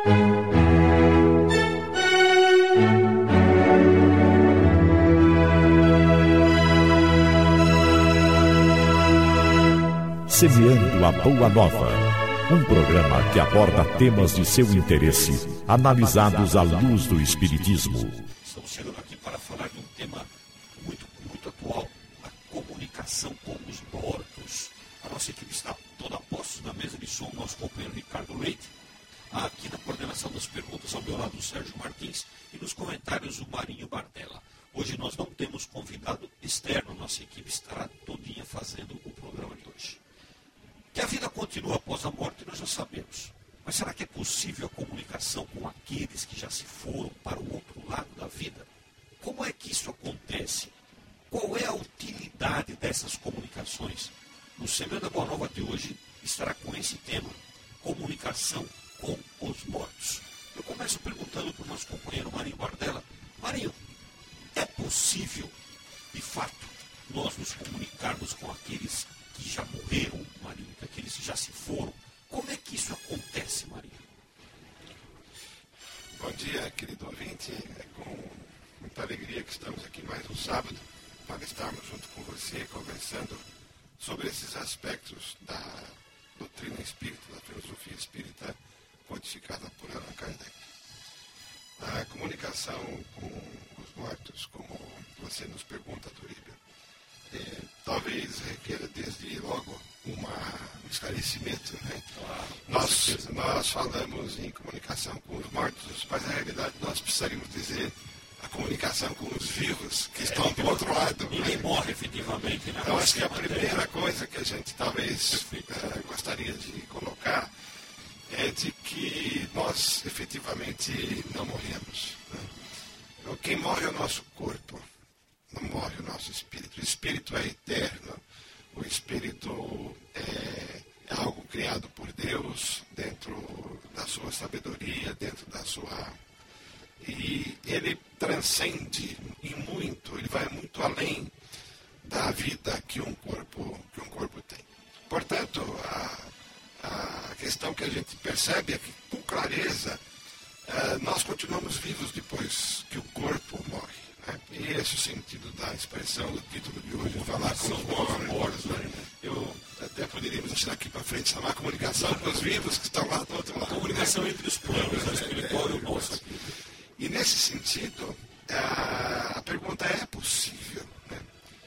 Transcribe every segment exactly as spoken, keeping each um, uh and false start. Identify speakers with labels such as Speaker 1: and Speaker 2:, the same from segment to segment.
Speaker 1: Semeando a Boa Nova, um programa que aborda temas de seu interesse, analisados à luz do Espiritismo.
Speaker 2: Estamos chegando aqui para falar de um tema muito, muito atual, a comunicação com os mortos. A nossa equipe está toda a postos na mesa de som, nosso companheiro Ricardo Leite. Aqui na coordenação das perguntas ao meu lado o Sérgio Martins e nos comentários o Marinho Bardella. Hoje nós não temos convidado externo, nossa equipe estará todinha fazendo o programa de hoje. Que a vida continua após a morte, nós já sabemos. Mas será que é possível a comunicação com aqueles que já se foram para o outro lado da vida? Como é que isso acontece? Qual é a utilidade dessas comunicações? No Semeando a Boa Nova de hoje estará com esse tema, comunicação com os mortos. Eu começo perguntando para o nosso companheiro Marinho Bardella. Marinho, é possível, de fato, nós nos comunicarmos com aqueles que já morreram, Marinho, que aqueles que já se foram? Como é que isso acontece, Marinho?
Speaker 3: Bom dia, querido ouvinte. É com muita alegria que estamos aqui mais um sábado para estarmos junto com você conversando sobre esses aspectos da doutrina espírita, da filosofia espírita codificada por Allan Kardec. A comunicação com os mortos, como você nos pergunta, Toribio, É, talvez requer desde logo uma, um esclarecimento. Né?
Speaker 2: Claro,
Speaker 3: nós, nós falamos em comunicação com os mortos, mas na realidade nós precisaríamos dizer a comunicação com os vivos que é, estão do outro lado.
Speaker 2: Ninguém
Speaker 3: né?
Speaker 2: morre efetivamente. Né?
Speaker 3: Então acho que a primeira coisa que a gente talvez uh, gostaria de colocar é de que nós efetivamente não morremos. Né? Quem morre é o nosso corpo. Não morre o nosso espírito. O espírito é eterno. O espírito é, é algo criado por Deus dentro da sua sabedoria, dentro da sua... E ele transcende em muito, ele vai muito além da vida que um corpo, que um corpo tem. Portanto, a, a questão que a gente percebe é que, com clareza, uh, nós continuamos vivos depois que o corpo morre. E esse é o sentido da expressão do título de hoje, falar com os mortos. Né? Eu até poderíamos deixar aqui para frente, chamar a comunicação com os vivos que estão lá do outro lado.
Speaker 2: A comunicação entre os planos, a espiritual e o nosso.
Speaker 3: E nesse sentido, a, a pergunta é possível? Né?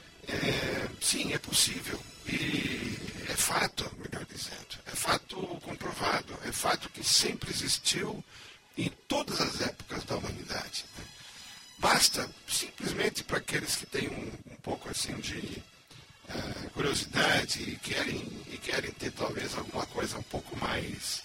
Speaker 3: É, sim, é possível. E é fato, melhor dizendo, é fato comprovado, é fato que sempre existiu em todas as épocas da humanidade. Né? Basta, simplesmente para aqueles que têm um, um pouco assim de uh, curiosidade e querem, e querem ter talvez alguma coisa um pouco mais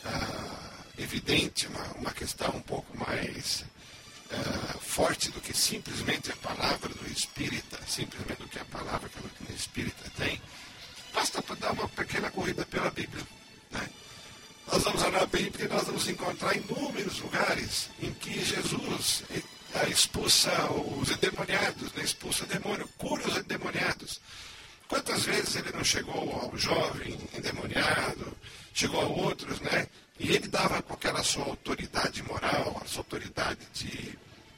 Speaker 3: uh, evidente, uma, uma questão um pouco mais uh, forte do que simplesmente a palavra do espírita, simplesmente do que a palavra que a doutrina espírita tem, basta para dar uma pequena corrida pela Bíblia. Né? Nós vamos olhar a Bíblia e nós vamos encontrar inúmeros lugares em que Jesus expulsa os endemoniados, né? Expulsa o demônio, cura os endemoniados. Quantas vezes ele não chegou ao jovem endemoniado, chegou a outros, né? E ele dava com aquela sua autoridade moral, a sua autoridade de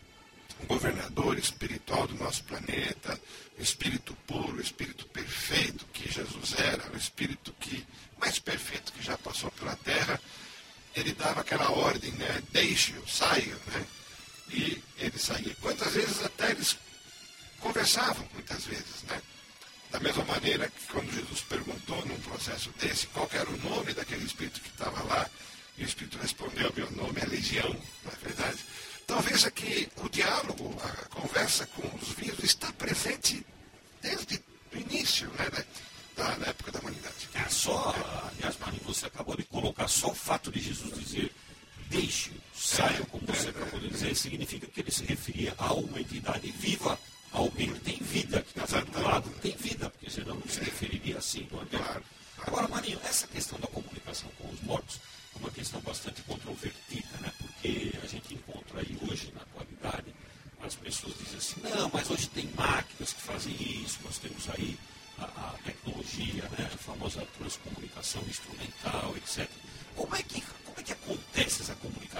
Speaker 3: governador espiritual do nosso planeta, o espírito puro, o espírito perfeito que Jesus era, o espírito que, mais perfeito que já passou pela terra. Ele dava aquela ordem, né? Deixe-o, saia, né? E ele saía. Quantas vezes até eles conversavam, muitas vezes, né? Da mesma maneira que quando Jesus perguntou num processo desse qual era o nome daquele espírito que estava lá, e o espírito respondeu, meu nome é Legião, não é verdade? Então veja que o diálogo, a conversa com os vivos está presente desde o início, né, da, da época da humanidade.
Speaker 2: É só, aliás, Marinho, você acabou de colocar só o fato de Jesus dizer deixe, saia, como você acabou de dizer, significa que ele se referia a uma entidade viva, a alguém que tem vida, que está do lado, tem vida, porque senão não se referiria assim, não é verdade? Agora, Marinho, essa questão da comunicação com os mortos é uma questão bastante controvertida, né? Porque a gente encontra aí hoje, na atualidade, as pessoas dizem assim, não, mas hoje tem máquinas que fazem isso, nós temos aí a, a tecnologia, né? A famosa transcomunicação instrumental, etcétera. Como é que, como é que acontece essa comunicação?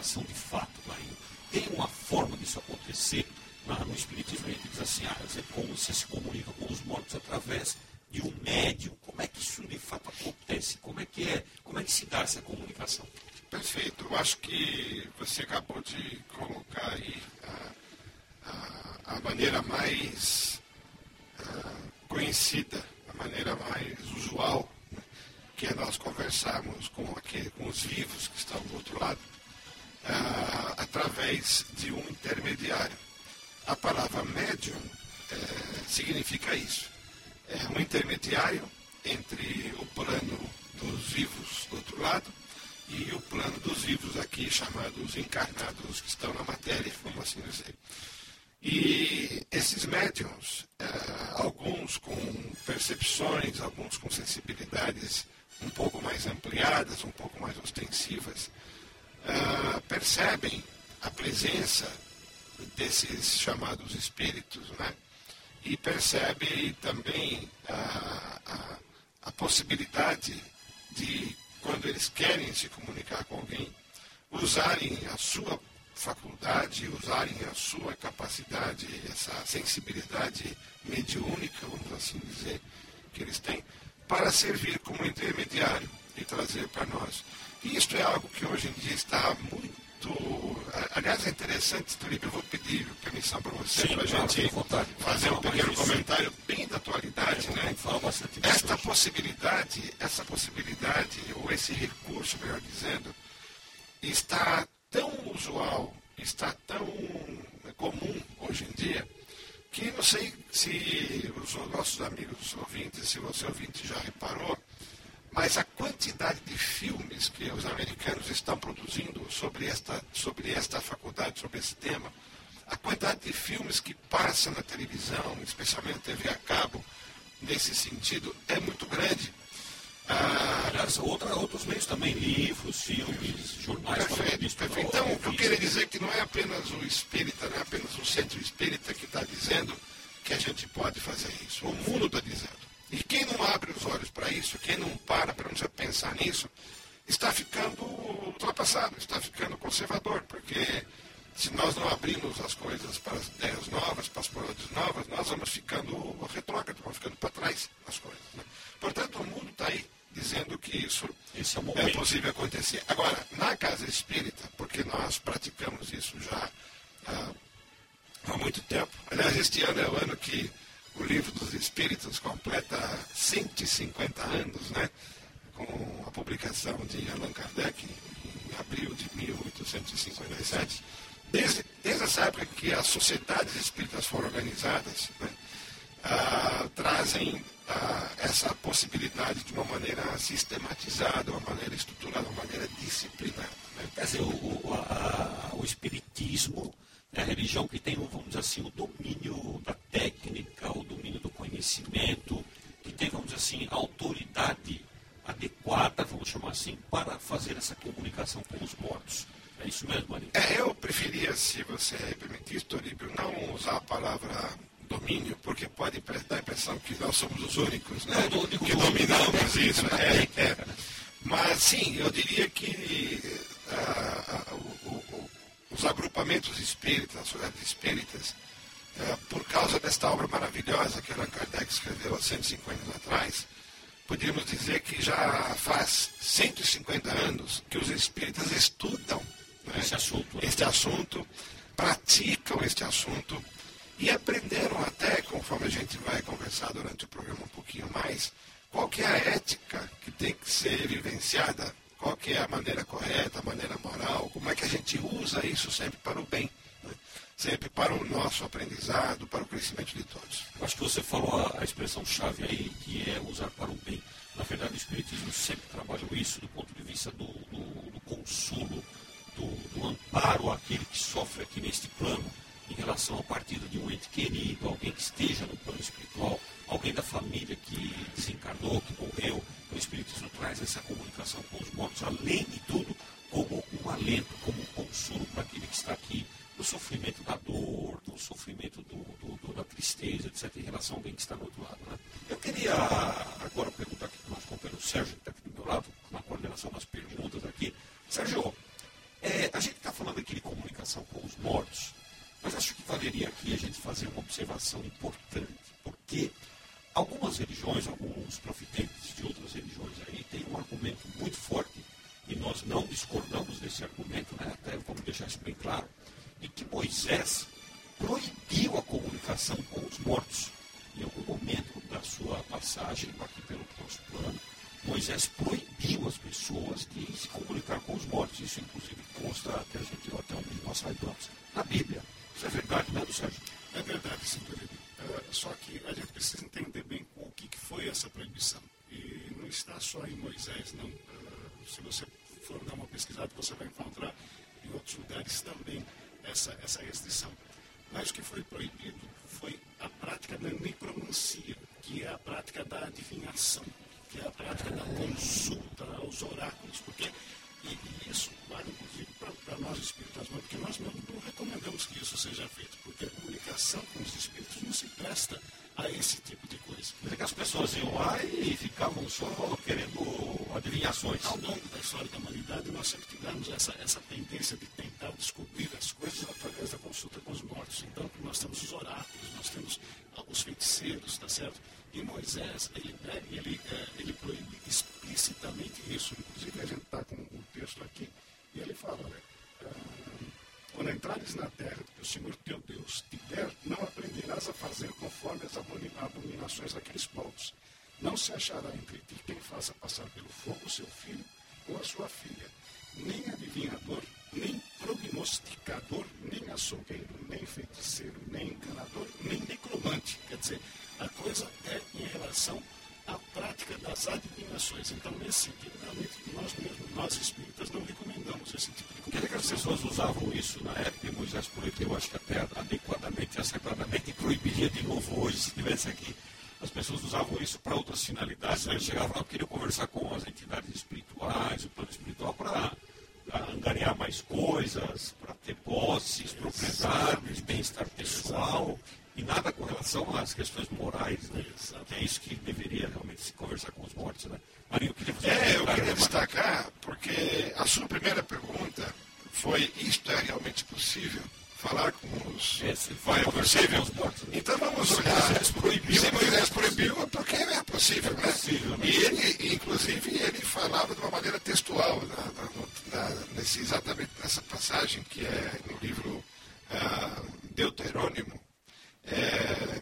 Speaker 2: comunicação.
Speaker 3: Perfeito. Eu acho que você acabou de colocar aí a, a, a maneira mais a, conhecida, a maneira mais usual, né, que é nós conversarmos com, aquele, com os vivos que estão do outro lado, a, através de um intermediário. A palavra médium é, significa isso. É um intermediário entre o plano dos vivos do outro lado e o plano dos vivos aqui, chamados encarnados, que estão na matéria, vamos assim dizer. E esses médiums, eh, alguns com percepções, alguns com sensibilidades um pouco mais ampliadas, um pouco mais ostensivas, eh, percebem a presença desses chamados espíritos, né? E percebem também a, a, a possibilidade de, quando eles querem se comunicar com alguém, usarem a sua faculdade, usarem a sua capacidade, essa sensibilidade mediúnica, vamos assim dizer, que eles têm, para servir como intermediário e trazer para nós. E isto é algo que hoje em dia está muito... Aliás, é interessante, Tulip, eu vou pedir permissão para você, para a gente fazer um pequeno comentário bem da atualidade, né? Esta possibilidade, essa possibilidade, ou esse recurso, melhor dizendo, está tão usual, está tão comum hoje em dia, que não sei se os nossos amigos ouvintes, se você ouvinte já reparou, mas a quantidade de filmes que os americanos estão produzindo sobre esta, sobre esta faculdade, sobre esse tema, a quantidade de filmes que passam na televisão, especialmente T V a cabo, nesse sentido, é muito grande.
Speaker 2: Ah, Aliás, outra, outros meios também, livros, filmes, jornais.
Speaker 3: Perfeito, perfeito. Então, eu queria dizer que não é apenas o espírita, não é apenas o centro espírita que está dizendo que a gente pode fazer isso. O mundo está dizendo. E quem não abre os olhos para isso, quem não para para não pensar nisso, está ficando ultrapassado, está ficando conservador, porque se nós não abrirmos as coisas para as ideias novas, para as coisas novas, nós vamos ficando retrógrados, vamos ficando para trás nas coisas. Né? Portanto, o mundo está aí dizendo que isso
Speaker 2: Esse é, o momento.
Speaker 3: é possível acontecer. Agora, na casa espírita, porque nós praticamos isso já há, há muito tempo, aliás, este ano é o ano que o Livro dos Espíritos completa cento e cinquenta anos, né? Com a publicação de Allan Kardec em abril de mil oitocentos e cinquenta e sete. Desde, desde essa época que as sociedades espíritas foram organizadas, né? ah, trazem ah, essa possibilidade de uma maneira sistematizada, uma maneira estruturada, uma maneira disciplinada. Né?
Speaker 2: Quer dizer, o, o, a, o espiritismo é a religião que tem, vamos dizer assim, o domínio da técnica, o domínio do conhecimento, que tem, vamos dizer assim, a autoridade adequada, vamos chamar assim, para fazer essa comunicação com os mortos. É isso mesmo, Marinho?
Speaker 3: É, eu preferia, se você permitisse, Toríbio, não usar a palavra domínio, porque pode dar a impressão que nós somos os únicos, né?
Speaker 2: Não, digo,
Speaker 3: que dominamos isso. É, é. Mas, sim, eu diria que ah, o, o, os agrupamentos espíritas, as sociedades espíritas, eh, por causa desta obra maravilhosa que Allan Kardec escreveu há cento e cinquenta anos atrás, poderíamos dizer que já faz cento e cinquenta anos que os espíritas estudam, né,
Speaker 2: esse assunto,
Speaker 3: este assunto, praticam este assunto e aprenderam até, conforme a gente vai conversar durante o programa um pouquinho mais, qual que é a ética que tem que ser vivenciada, qual que é a maneira correta, a maneira moral, como é que a gente usa isso sempre para o bem, né? Sempre para o nosso aprendizado, para o crescimento de todos.
Speaker 2: Eu acho que você falou a, a expressão-chave aí, que é usar para o bem. Na verdade, o Espiritismo sempre trabalhou isso do ponto de vista do, do, do consolo, do, do amparo àquele que sofre aqui neste plano, em relação à partida de um ente querido, alguém que esteja no plano espiritual, alguém da família que desencarnou, que morreu. O Espiritismo traz essa comunicação com os mortos, além de tudo, como um alento, como um consolo para aquele que está aqui, no sofrimento da dor, no sofrimento do, do, do, da tristeza, etcétera, em relação a alguém que está do outro lado. Né? Eu queria agora perguntar aqui para o nosso companheiro Sérgio, que está aqui do meu lado, na coordenação das perguntas aqui. Sérgio, é, a gente está falando aqui de comunicação com os mortos, mas acho que valeria aqui a gente fazer uma observação importante, porque algumas religiões, alguns profetas de outras religiões aí, têm um argumento muito forte, e nós não discordamos desse argumento, né? Até vamos deixar isso bem claro, de que Moisés proibiu a comunicação com os mortos. Em algum momento da sua passagem aqui pelo nosso plano, Moisés proibiu as pessoas de se comunicar com os mortos. Isso, inclusive, consta até a gente até onde nós saibamos na Bíblia. Isso é verdade, né, do Sérgio?
Speaker 3: É verdade, sim, uh, só que a gente precisa entender bem o que, que foi essa proibição. E não está só em Moisés, não. Uh, se você for dar uma pesquisada, você vai encontrar em outros lugares também essa, essa restrição. Mas o que foi proibido foi a prática da necromancia, que é a prática da adivinhação, que é a prática da consulta aos oráculos, porque e, e isso vale inclusive para nós espíritas, porque nós não, não recomendamos que isso seja feito, porque a comunicação com os espíritos não se presta a esse tipo de coisa.
Speaker 2: É que as pessoas iam lá e ficavam só querendo adivinhações.
Speaker 3: Ao longo da história da humanidade, nós sempre tivemos essa, essa tendência de tentar descobrir as coisas através da consulta com os mortos. Então, nós temos os oráculos, nós temos os feiticeiros, tá certo? E Moisés, ele, ele, ele proíbe explicitamente isso. Inclusive, a gente está com um texto aqui, e ele fala, olha, ah, quando entrares na terra que o Senhor teu Deus te der, não aprenderás a fazer conforme as abominações daqueles povos. Não se achará entre ti quem faça passar pelo fogo o seu filho ou a sua filha, nem adivinhador, nem prognosticador, nem açougueiro, nem feiticeiro, nem enganador, nem necromante. Quer dizer, a coisa é em relação à prática das adivinações. Então, nesse sentido, realmente, nós mesmos, nós espíritas, não recomendamos esse tipo de coisa.
Speaker 2: Quer dizer que as pessoas usavam isso na época e Moisés proibiu, acho que até adequadamente, acertadamente, e proibiria de novo hoje, se estivesse aqui. As pessoas usavam isso para outras finalidades. Eles chegavam lá, queriam conversar com as entidades espirituais, o plano espiritual, para angariar mais coisas, para ter posses, propriedades, bem-estar pessoal, e nada com relação às questões morais, né? Que é isso que deveria realmente se conversar com os mortos, né? Marinho, eu queria fazer
Speaker 3: É, eu queria destacar, porque a sua primeira pergunta foi, isto é realmente possível? Falar com os...
Speaker 2: É, se vai, é possível. Os mortos, né?
Speaker 3: Então vamos olhar.
Speaker 2: Moisés proibiu.
Speaker 3: Se Moisés proibiu, porque é possível, né?
Speaker 2: É possível, né?
Speaker 3: E ele, inclusive, ele falava de uma maneira textual, na, na, na, nesse, exatamente nessa passagem, que é no livro ah, Deuterônimo, é,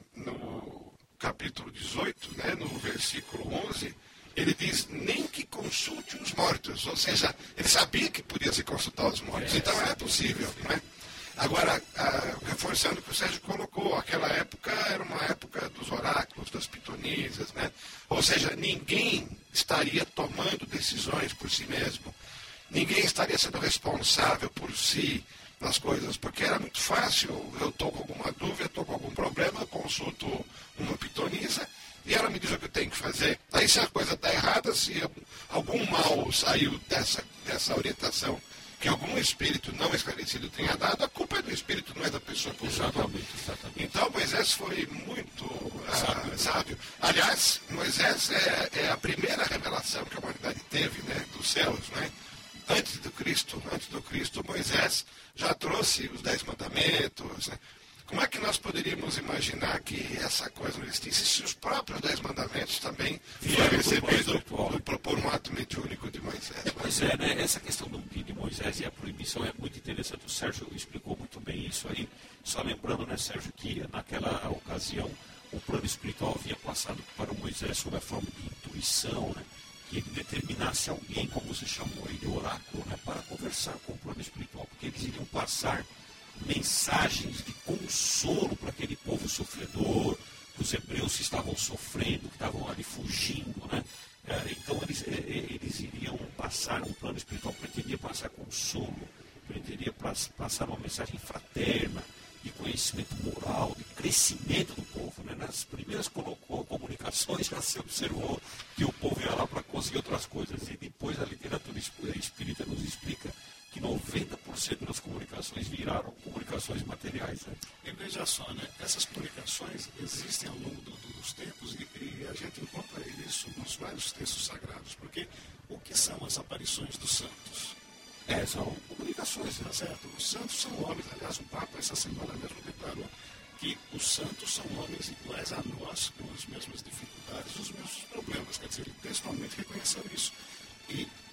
Speaker 3: no capítulo dezoito, né, no versículo onze, ele diz, nem que consulte os mortos. Ou seja, ele sabia que podia se consultar os mortos. Então é possível, né? Agora, ah, reforçando o que o Sérgio colocou, aquela época era uma época dos oráculos, das pitonisas, né? Ou seja, ninguém estaria tomando decisões por si mesmo. Ninguém estaria sendo responsável por si nas coisas, porque era muito fácil. Eu estou com alguma dúvida, estou com algum problema, eu consulto uma pitonisa e ela me diz o que eu tenho que fazer. Aí se a coisa está errada, se algum mal saiu dessa, dessa orientação que algum espírito não esclarecido tenha dado, a culpa é do espírito, não é da pessoa que usou.
Speaker 2: Exatamente, exatamente.
Speaker 3: Então Moisés foi muito ah, sábio. Aliás, Moisés é, é a primeira revelação que a humanidade teve, né, dos céus, né? Antes do Cristo, antes do Cristo, Moisés já trouxe os Dez Mandamentos, né? Como é que nós poderíamos imaginar que essa coisa não existisse se os próprios Dez Mandamentos também foram recebidos por, por um ato mediúnico de Moisés?
Speaker 2: É, pois é, né? Essa questão do de Moisés e a proibição é muito interessante. O Sérgio explicou muito bem isso aí. Só lembrando, né, Sérgio, que naquela ocasião o plano espiritual havia passado para o Moisés sob a forma de intuição, né? Que ele determinasse alguém, como você chamou aí, de oráculo, né? Para conversar com o plano espiritual, porque eles iriam passar mensagens de consolo para aquele povo sofredor, os hebreus que estavam sofrendo, que estavam ali fugindo, né? Então eles, eles iriam passar um plano espiritual, pretendia passar consolo, pretendia passar uma mensagem fraterna, de conhecimento moral, de crescimento do povo, né? Nas primeiras colocou, comunicações já se observou que o povo ia lá para conseguir outras coisas, e depois a literatura espírita nos explica que noventa por cento das comunicações viraram comunicações materiais. Né?
Speaker 3: E veja só, né? Essas comunicações existem ao longo do, dos tempos e, e a gente encontra isso nos vários textos sagrados, porque o que são as aparições dos santos?
Speaker 2: É, são comunicações.
Speaker 3: Tá certo? Os santos são homens, aliás, o Papa essa semana mesmo declarou que os santos são homens iguais a nós, com as mesmas dificuldades, os mesmos problemas. Quer dizer, ele textualmente reconheceu isso. E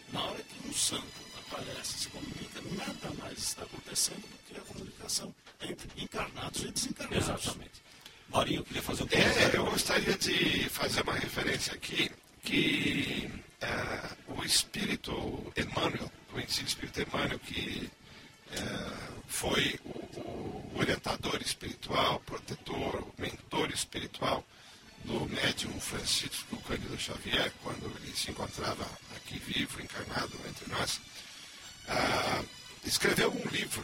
Speaker 2: Na hora que um santo aparece, se comunica, nada mais está acontecendo do que a comunicação entre encarnados e desencarnados. Exatamente. Marinho, eu queria fazer um
Speaker 3: é, eu gostaria de fazer uma referência aqui, que é, o Espírito Emmanuel, o conhecido Espírito Emmanuel, que é, foi o, o orientador espiritual, protetor, o mentor espiritual do médium Francisco Cândido Xavier, quando ele se encontrava aqui vivo, encarnado entre nós, ah, escreveu um livro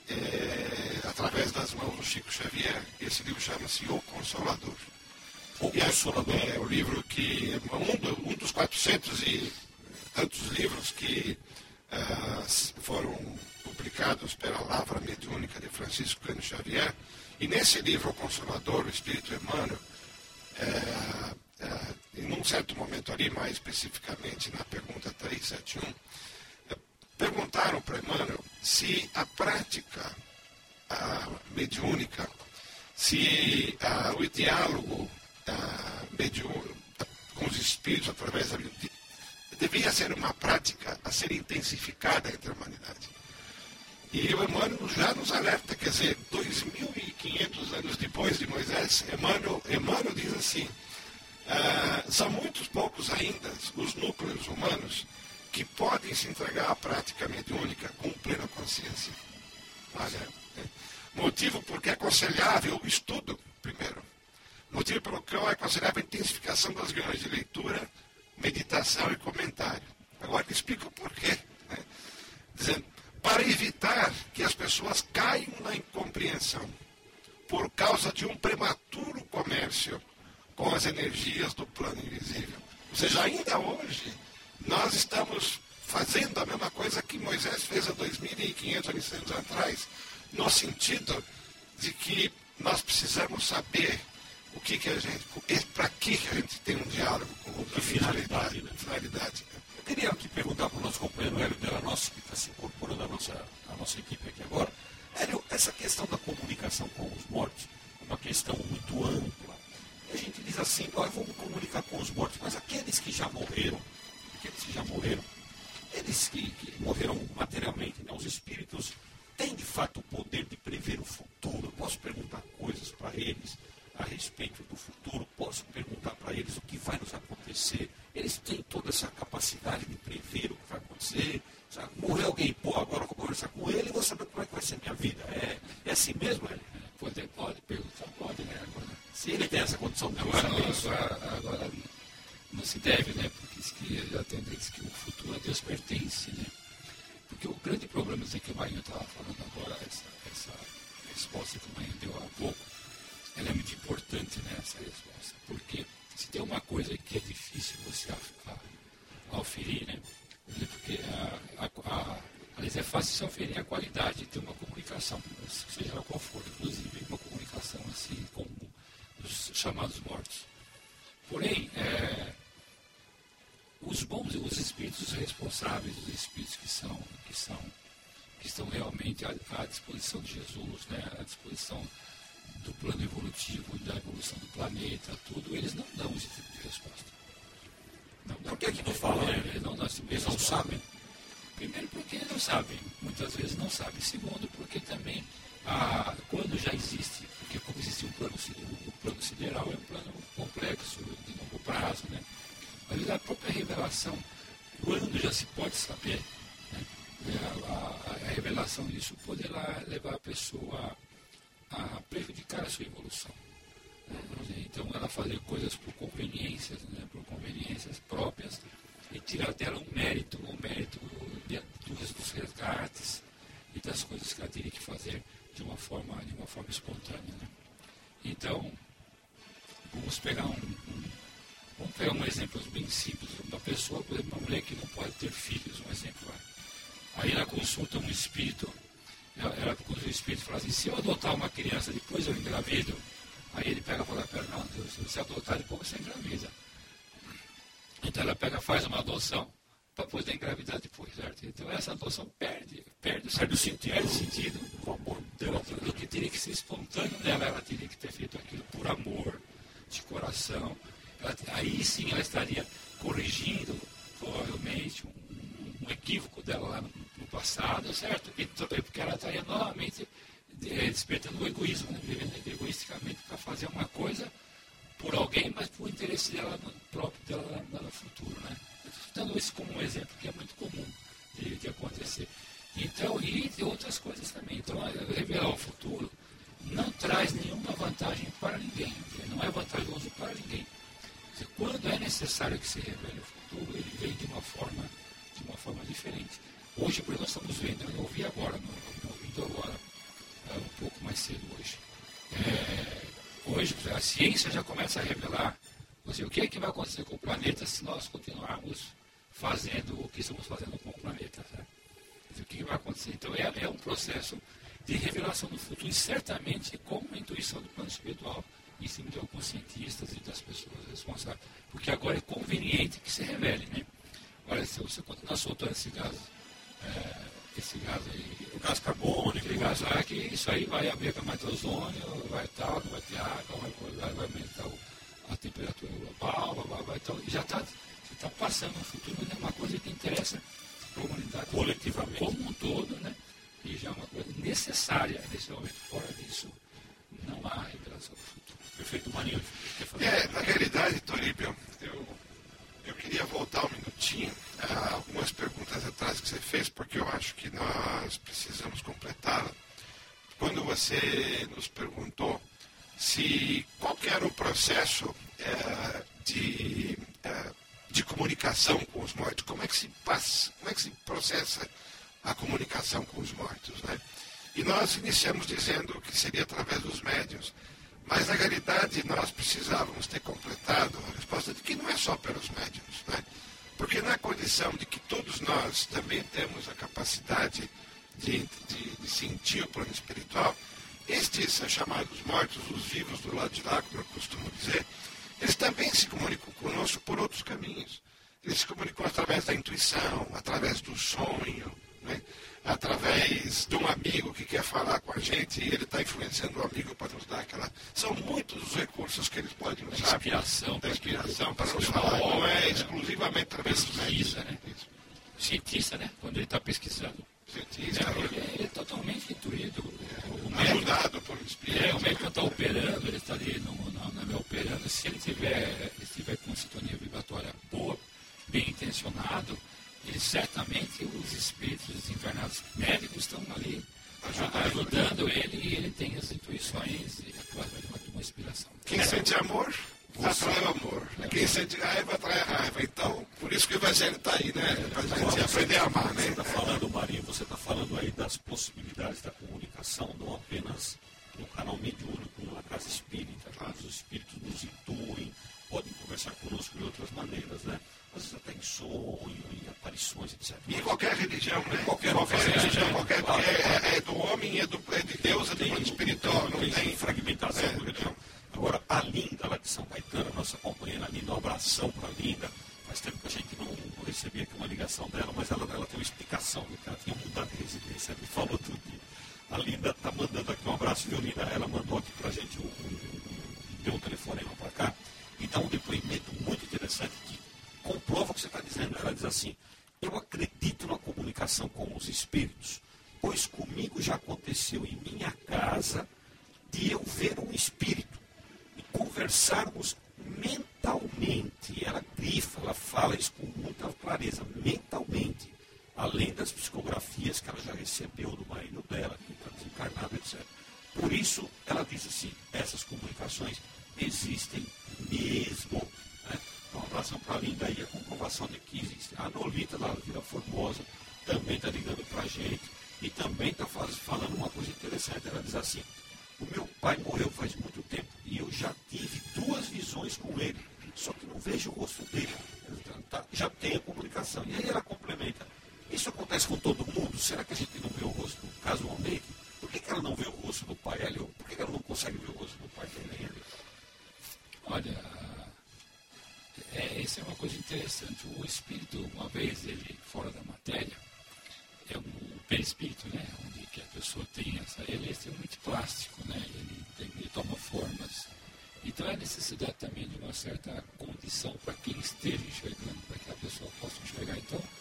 Speaker 3: é, através das mãos do Chico Xavier. Esse livro chama-se O Consolador.
Speaker 2: O
Speaker 3: e
Speaker 2: Consolador
Speaker 3: é, é o livro que um, do, um dos quatrocentos e tantos livros que ah, foram publicados pela Lavra Mediúnica de Francisco Cândido Xavier. E nesse livro, O Consolador, o Espírito Emmanuel, É, é, em um certo momento ali, mais especificamente na pergunta trezentos e setenta e um, é, perguntaram para Emmanuel se a prática a, mediúnica, se a, o diálogo a, mediúnico com os espíritos através da de, devia ser uma prática a ser intensificada entre a humanidade. E o Emmanuel já nos alerta, quer dizer, dois mil e quinhentos anos depois de Moisés, Emmanuel, Emmanuel diz assim, ah, são muitos poucos ainda os núcleos humanos que podem se entregar à prática mediúnica com plena consciência. Olha, é, motivo porque é aconselhável o estudo, primeiro. Motivo pelo qual é aconselhável a intensificação das reuniões de leitura, meditação e comentário. Agora, explica o porquê. Né? Dizendo, para evitar que as pessoas caiam na incompreensão por causa de um prematuro comércio com as energias do plano invisível. Ou seja, ainda hoje, nós estamos fazendo a mesma coisa que Moisés fez há dois mil e quinhentos anos atrás, no sentido de que nós precisamos saber o que, que a gente, para que a gente tem um diálogo com outra finalidade. Né? finalidade.
Speaker 2: Eu queria aqui perguntar para o nosso companheiro Hélio Delanossi, que está se incorporando à nossa, à nossa equipe aqui agora. Hélio, essa questão da comunicação com os mortos é uma questão muito ampla. E a gente diz assim, nós vamos comunicar com os mortos, mas aqueles que já morreram, aqueles que já morreram, eles que, que morreram materialmente, né, os espíritos têm de fato o poder de prever o futuro. Eu posso perguntar coisas para eles a respeito do futuro, posso perguntar para eles o que vai nos acontecer. Eles têm toda essa capacidade de prever o que vai acontecer. Sabe? Morreu alguém, pô, agora eu vou conversar com ele e vou saber como é que vai ser a minha vida. É, é assim mesmo, Hélio?
Speaker 4: Pode, pode perguntar, pode, né? Agora,
Speaker 2: se ele tem essa condição de
Speaker 4: agora,
Speaker 2: saber
Speaker 4: não,
Speaker 2: isso.
Speaker 4: agora, agora não se deve, né? Porque diz que ele atende, diz que o futuro a Deus pertence, né? Porque o grande problema é que o Marinho estava falando agora, essa, essa resposta que o Marinho deu há pouco, ela é muito importante, né, essa resposta. Porque se tem uma coisa que é difícil você auferir, né? Porque a, a, a, aliás, é fácil se auferir a qualidade de ter uma comunicação, seja ela qual for, inclusive uma comunicação assim com os chamados mortos. Porém, é, os bons, os espíritos responsáveis, os espíritos que são, que são, que estão realmente à, à disposição de Jesus, né, à disposição do plano evolutivo, da evolução do planeta, tudo, eles não dão esse tipo de resposta. Não,
Speaker 2: Por que que não falam?
Speaker 4: É, eles não dão esse tipo de
Speaker 2: Eles não
Speaker 4: resposta.
Speaker 2: sabem.
Speaker 4: Primeiro porque não sabem, muitas vezes não sabem. Segundo porque também, ah, quando já existe, porque como existe um plano, o plano sideral é um plano complexo, de longo prazo, né? Mas a própria revelação, quando já se pode saber, né? a, a, a revelação disso poderá levar a pessoa a, a prejudicar a sua evolução. Né? Então ela fazer coisas por conveniências, né? Por conveniências próprias, e tirar dela um mérito, um mérito de, dos, dos resgates e das coisas que ela teria que fazer de uma forma, de uma forma espontânea. Né? Então, vamos pegar um, um, vamos pegar um exemplo bem simples. Uma pessoa, por exemplo, uma mulher que não pode ter filhos, um exemplo. Aí ela consulta um espírito, ela, ela consulta um espírito e fala assim, se eu adotar uma criança, depois eu engravido. Aí ele pega e fala, pera, não, Deus, se você adotar, depois você engravida. Então ela pega, faz uma adoção para poder engravidar depois, certo? Então essa adoção perde, perde, perde o sentido, perde o sentido, o amor dela, aquilo que teria que ser espontâneo dela, ela teria que ter feito aquilo por amor, de coração. Ela, aí sim ela estaria corrigindo, provavelmente, um, um equívoco dela lá no, no passado, certo? E também porque ela estaria novamente é, despertando o egoísmo, né? Vivendo egoisticamente para fazer uma coisa por alguém, mas por interesse dela no, próprio dela lá, lá no futuro, né? Estou dando isso como um exemplo que é muito comum de, de acontecer. Então, e de outras coisas também. Então, revelar o futuro não traz nenhuma vantagem para ninguém, não é vantajoso para ninguém. Quando é necessário que se revele o futuro, ele vem de uma forma, de uma forma diferente. Hoje, por exemplo, nós estamos vendo, eu ouvi agora, no, no ouvido agora, um pouco mais cedo hoje. É, hoje, a ciência já começa a revelar assim, o que é que vai acontecer com o planeta se nós continuarmos fazendo o que estamos fazendo com o planeta. Sabe? O que vai acontecer? Então, é, é um processo de revelação do futuro, e certamente com a intuição do plano espiritual, em cima de alguns cientistas e das pessoas responsáveis. Porque agora é conveniente que se revele, né? Olha, se você continuar soltando esse gás, é, esse gás aí,
Speaker 2: o gás carbônico,
Speaker 4: aquele gás lá, que isso aí vai abrir mais ozônio, vai tal, não vai ter água, vai, vai, vai aumentar o, a temperatura global, vai, vai tal. E já está tá passando no futuro, mas é uma coisa que interessa a humanidade
Speaker 2: coletivamente
Speaker 4: como um todo, né? E já é uma coisa necessária nesse momento. Fora disso, não há revelação do futuro.
Speaker 2: Perfeito, Marinho.
Speaker 3: É, na realidade, Toríbio, eu, eu queria voltar um minutinho a algumas perguntas atrás que você fez, porque eu acho que nós precisamos completá-la. Quando você nos perguntou se qual que era o processo é, de, é, de comunicação com os mortos, como é que se passa, como é que se processa a comunicação com os mortos, né? E nós iniciamos dizendo que seria através dos médiuns, mas na realidade nós precisávamos ter completado a resposta de que não é só pelos médiuns, né? Porque na condição de que todos nós também temos a capacidade de, de, de sentir o plano espiritual, estes chamados mortos, os vivos do lado de lá, como eu costumo dizer, eles também se comunicam conosco por outros caminhos. Eles se comunicam através da intuição, através do sonho, né? Através de um amigo que quer falar com a gente e ele está influenciando o amigo para nos dar aquela... São muitos os recursos que eles podem usar.
Speaker 4: Da inspiração.
Speaker 3: Da inspiração para nos falar. Não é exclusivamente através dos médicos.
Speaker 4: Né? Cientista, né? Quando ele está pesquisando.
Speaker 3: Cientista.
Speaker 4: É, ele, é, ele é totalmente intuído.
Speaker 3: É, ajudado por espírito.
Speaker 4: É, o médico está operando, ele está ali no, no, na minha operando. Se ele tiver, tiver com sintonia vibratória boa, bem intencionado, ele certamente, os espíritos desencarnados médicos estão ali ajudando, ajudando ele, e ele tem as intuições através de uma, uma inspiração.
Speaker 3: Quem é. sente amor, atrai o amor. É. Quem sente raiva, atrai a raiva. Então, por isso que o Evangelho está aí, né? Para a gente aprender a amar, né?
Speaker 2: Você está falando, Marinho, você está falando aí das possibilidades da comunicação, não apenas no canal mediúnico, na casa espírita. Tá? Os espíritos nos intuem, podem conversar conosco de outras maneiras, né? Às vezes até em sonho, em aparições, etcétera.
Speaker 3: E qualquer religião, né?
Speaker 2: Qualquer,
Speaker 3: qualquer religião, qualquer,
Speaker 2: claro,
Speaker 3: é,
Speaker 2: claro.
Speaker 3: é do homem, é, do, é de Deus, é do plano espiritual. Não tem,
Speaker 2: tem fragmentação
Speaker 3: é,
Speaker 2: do religião. Agora, a Linda, lá de São Caetano, nossa companheira Linda, um abração para a Linda. Faz tempo que a gente não, não recebia aqui uma ligação dela, mas ela, ela tem uma explicação, que ela tinha mudado de residência, ela me falou outro dia. A Linda está mandando aqui um abraço, viu, Linda? Ela mandou aqui para a gente, um, um, deu um telefonema para cá, e dá um depoimento muito interessante que comprova o que você está dizendo. Ela diz assim: eu acredito na comunicação com os espíritos, pois comigo já aconteceu em minha casa de eu ver um espírito e conversarmos mentalmente. Ela grifa, ela fala isso com muita clareza, mentalmente, além das psicografias que ela já recebeu do marido dela, que está desencarnado, etcétera. Por isso, ela diz assim, essas comunicações existem mesmo. Né? Um abração para a Linda aí, a comprovação de que existe. A Nolita, lá da Vila Formosa, também está ligando para a gente e também está falando uma coisa interessante. Ela diz assim: o meu pai morreu faz muito tempo e eu já tive duas visões com ele, só que não vejo o rosto dele. Tá, já tem a comunicação. E aí ela complementa: isso acontece com todo mundo? Será que a gente não vê o rosto casualmente? Por que, que ela não vê o rosto do pai ali? Por que, que ela não consegue ver o rosto do pai também ali?
Speaker 4: Olha, é, essa é uma coisa interessante. O espírito, uma vez ele fora da matéria, é um perispírito, né? Onde que a pessoa tem essa, ele é extremamente plástico, né? Ele, tem, ele toma formas. Então há necessidade também de uma certa condição para quem esteja enxergando, para que a pessoa possa enxergar. Então,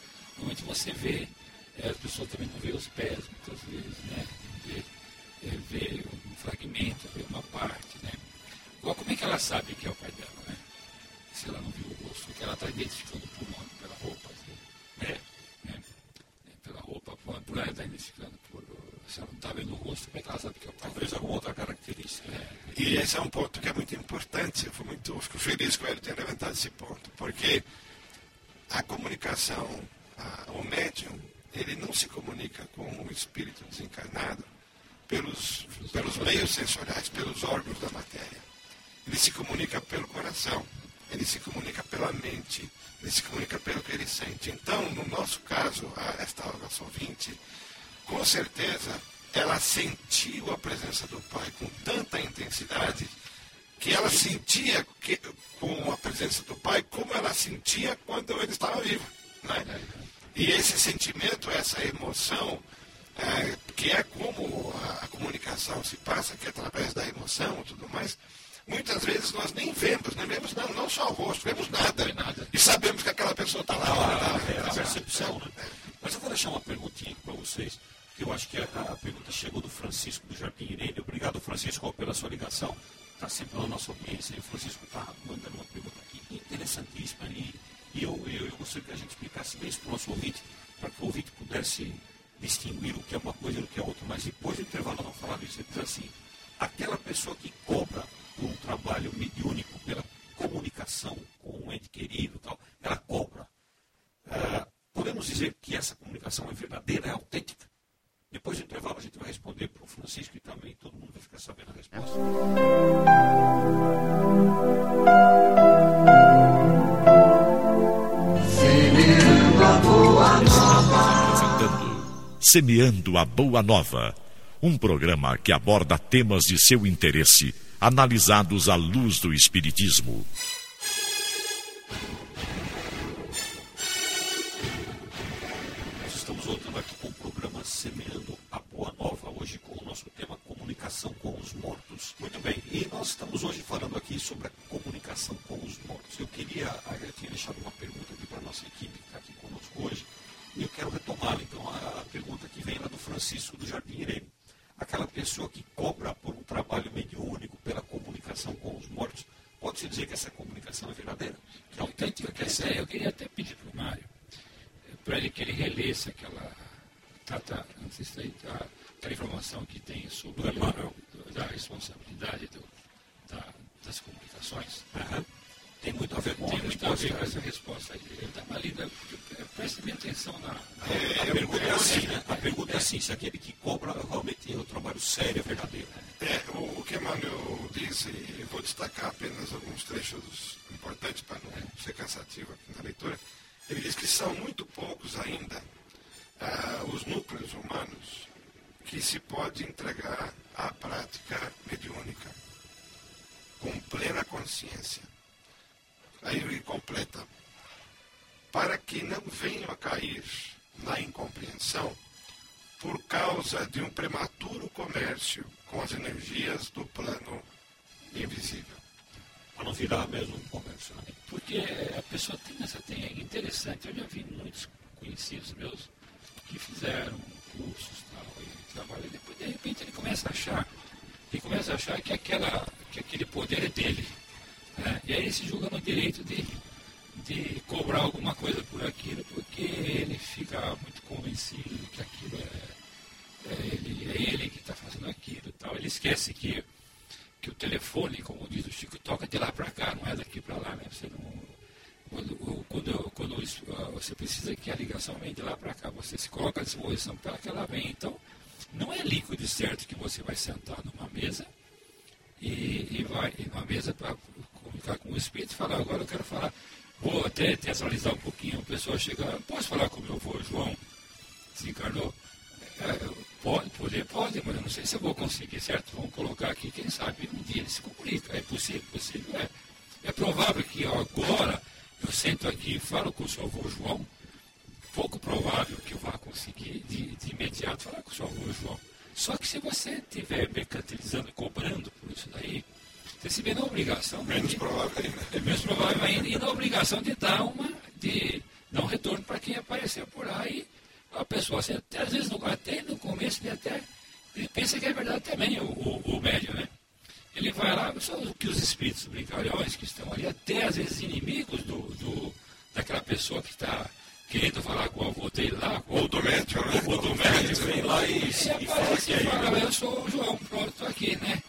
Speaker 4: Normalmente você vê, é, as pessoas também não vê os pés, muitas vezes, né? Vê, é, vê um fragmento, vê uma parte, né? Agora, como é que ela sabe que é o pai dela, né? Se ela não viu o rosto, porque ela está identificando por nome, pela roupa, né? né? Pela roupa, por, por ela está identificando por... Se ela não está vendo o rosto, como é que ela sabe que é o pai?
Speaker 2: Talvez alguma outra característica.
Speaker 4: É.
Speaker 3: E esse é um ponto que é muito importante. Eu fui muito, fico feliz com ele ter levantado esse ponto, porque a comunicação, a, o médium, ele não se comunica com o espírito desencarnado pelos, pelos meios sensoriais, pelos órgãos da matéria. Ele se comunica pelo coração, ele se comunica pela mente, ele se comunica pelo que ele sente. Então, no nosso caso, a, esta nossa ouvinte, com certeza, ela sentiu a presença do pai com tanta intensidade que ela sentia que, com a presença do pai como ela sentia quando ele estava vivo. Né? E esse sentimento, essa emoção, é, que é como a, a comunicação se passa, que é através da emoção e tudo mais, muitas vezes nós nem vemos, nem vemos não, não só o rosto, vemos nada.
Speaker 4: nada.
Speaker 3: E sabemos que aquela pessoa está lá.
Speaker 2: Ah,
Speaker 3: lá,
Speaker 2: é
Speaker 3: lá,
Speaker 2: a percepção, né? Mas eu vou deixar uma perguntinha para vocês, que eu acho que a, a pergunta chegou do Francisco do Jardim Irene. Obrigado, Francisco, pela sua ligação. Está sempre na nossa audiência. E o Francisco está mandando uma pergunta aqui interessantíssima. E, e eu, eu, eu gostaria que a gente explicasse bem isso para o nosso ouvinte, para que o ouvinte pudesse distinguir o que é uma coisa e o que é outra. Mas depois do intervalo não falar disso, ele diz assim: aquela pessoa que cobra por um trabalho mediúnico pela comunicação com um ente querido, tal, ela cobra. Uh, podemos dizer que essa comunicação é verdadeira, é autêntica? Depois do intervalo a gente vai responder para o Francisco e também todo mundo vai ficar sabendo a resposta.
Speaker 1: Semeando a Boa Nova. Semeando a Boa Nova. Um programa que aborda temas de seu interesse, analisados à luz do Espiritismo.
Speaker 2: Nós estamos voltando aqui com o programa Semeando a Boa Nova, hoje com o nosso tema Comunicação com os Mortos. Muito bem, e nós estamos hoje falando aqui sobre a comunicação com os mortos. Eu queria, eu tinha deixado uma pergunta aqui para a nossa equipe que está aqui conosco hoje, e eu quero retomá-la. Então, a, a pergunta que vem lá do Francisco do Jardim Irene. Aquela pessoa que cobra por um trabalho mediúnico pela comunicação com os mortos, pode-se dizer que essa comunicação é verdadeira? Que é autêntica? Que é séria?
Speaker 4: Eu queria até pedir para o Mário, para ele que ele relesse aquela, tá, tá, não sei se tá, tá, aquela informação que tem sobre o, do, da responsabilidade do, da, das comunicações.
Speaker 2: Uhum. Tem muito a ver com,
Speaker 4: tem
Speaker 2: a,
Speaker 4: muito
Speaker 2: resposta,
Speaker 4: a ver com essa resposta. Eu dá uma lida, preste bem atenção na... na
Speaker 2: é, a, pergunta é assim, né? a pergunta é assim, se aquele que cobra realmente é um trabalho sério, é verdadeiro.
Speaker 3: É, o, o que Emmanuel diz, e eu vou destacar apenas alguns trechos importantes para não ser cansativo aqui na leitura, ele diz que são muito poucos ainda ah, os núcleos humanos que se pode entregar à prática mediúnica com plena consciência. Aí ele completa: para que não venham a cair na incompreensão por causa de um prematuro comércio com as energias do plano invisível.
Speaker 2: Para não virar mesmo um comércio. Né?
Speaker 4: Porque a pessoa tem essa, tem, é interessante, eu já vi muitos conhecidos meus que fizeram cursos tal, e trabalham, e depois de repente ele começa a achar, ele começa a achar que, aquela, que aquele poder é dele. Né? E aí ele se julga no direito de, de cobrar alguma coisa por aquilo, porque ele fica muito convencido que aquilo é, é ele, é ele que está fazendo aquilo e tal. Ele esquece que, que o telefone, como diz o Chico, toca de lá para cá, não é daqui para lá, né? Você não, quando, quando, quando isso, você precisa que a ligação venha de lá para cá, você se coloca à disposição para que ela venha. Então, não é líquido certo que você vai sentar numa mesa e, e vai numa mesa para comunicar com o espírito e falar: agora eu quero falar, vou até teatralizar um pouquinho. A pessoa chega: posso falar com o meu avô João? Desencarnou? É, pode, poder, pode, mas eu não sei se eu vou conseguir, certo? Vamos colocar aqui, quem sabe um dia ele se comunica. É possível, possível, é. É provável que ó, agora eu sento aqui e falo com o seu avô João. Pouco provável que eu vá conseguir de, de imediato falar com o seu avô João. Só que se você estiver mercantilizando, cobrando por isso daí, você se vê na obrigação.
Speaker 3: Menos
Speaker 4: de,
Speaker 3: provável ainda.
Speaker 4: É menos provável ainda, e na obrigação de dar uma, de, dar um retorno para quem apareceu por lá. E a pessoa, assim, até, às vezes, no, até no começo, ele até ele pensa que é verdade também, o, o, o médium, né? Ele vai lá, só que os espíritos brincalhões que estão ali, até às vezes inimigos do, do, daquela pessoa que está querendo falar com o avô dele lá.
Speaker 3: Ou do médium, né?
Speaker 4: Ou do médium, vem lá e, e, e fala que é fala, eu sou o João, pronto, estou aqui, né?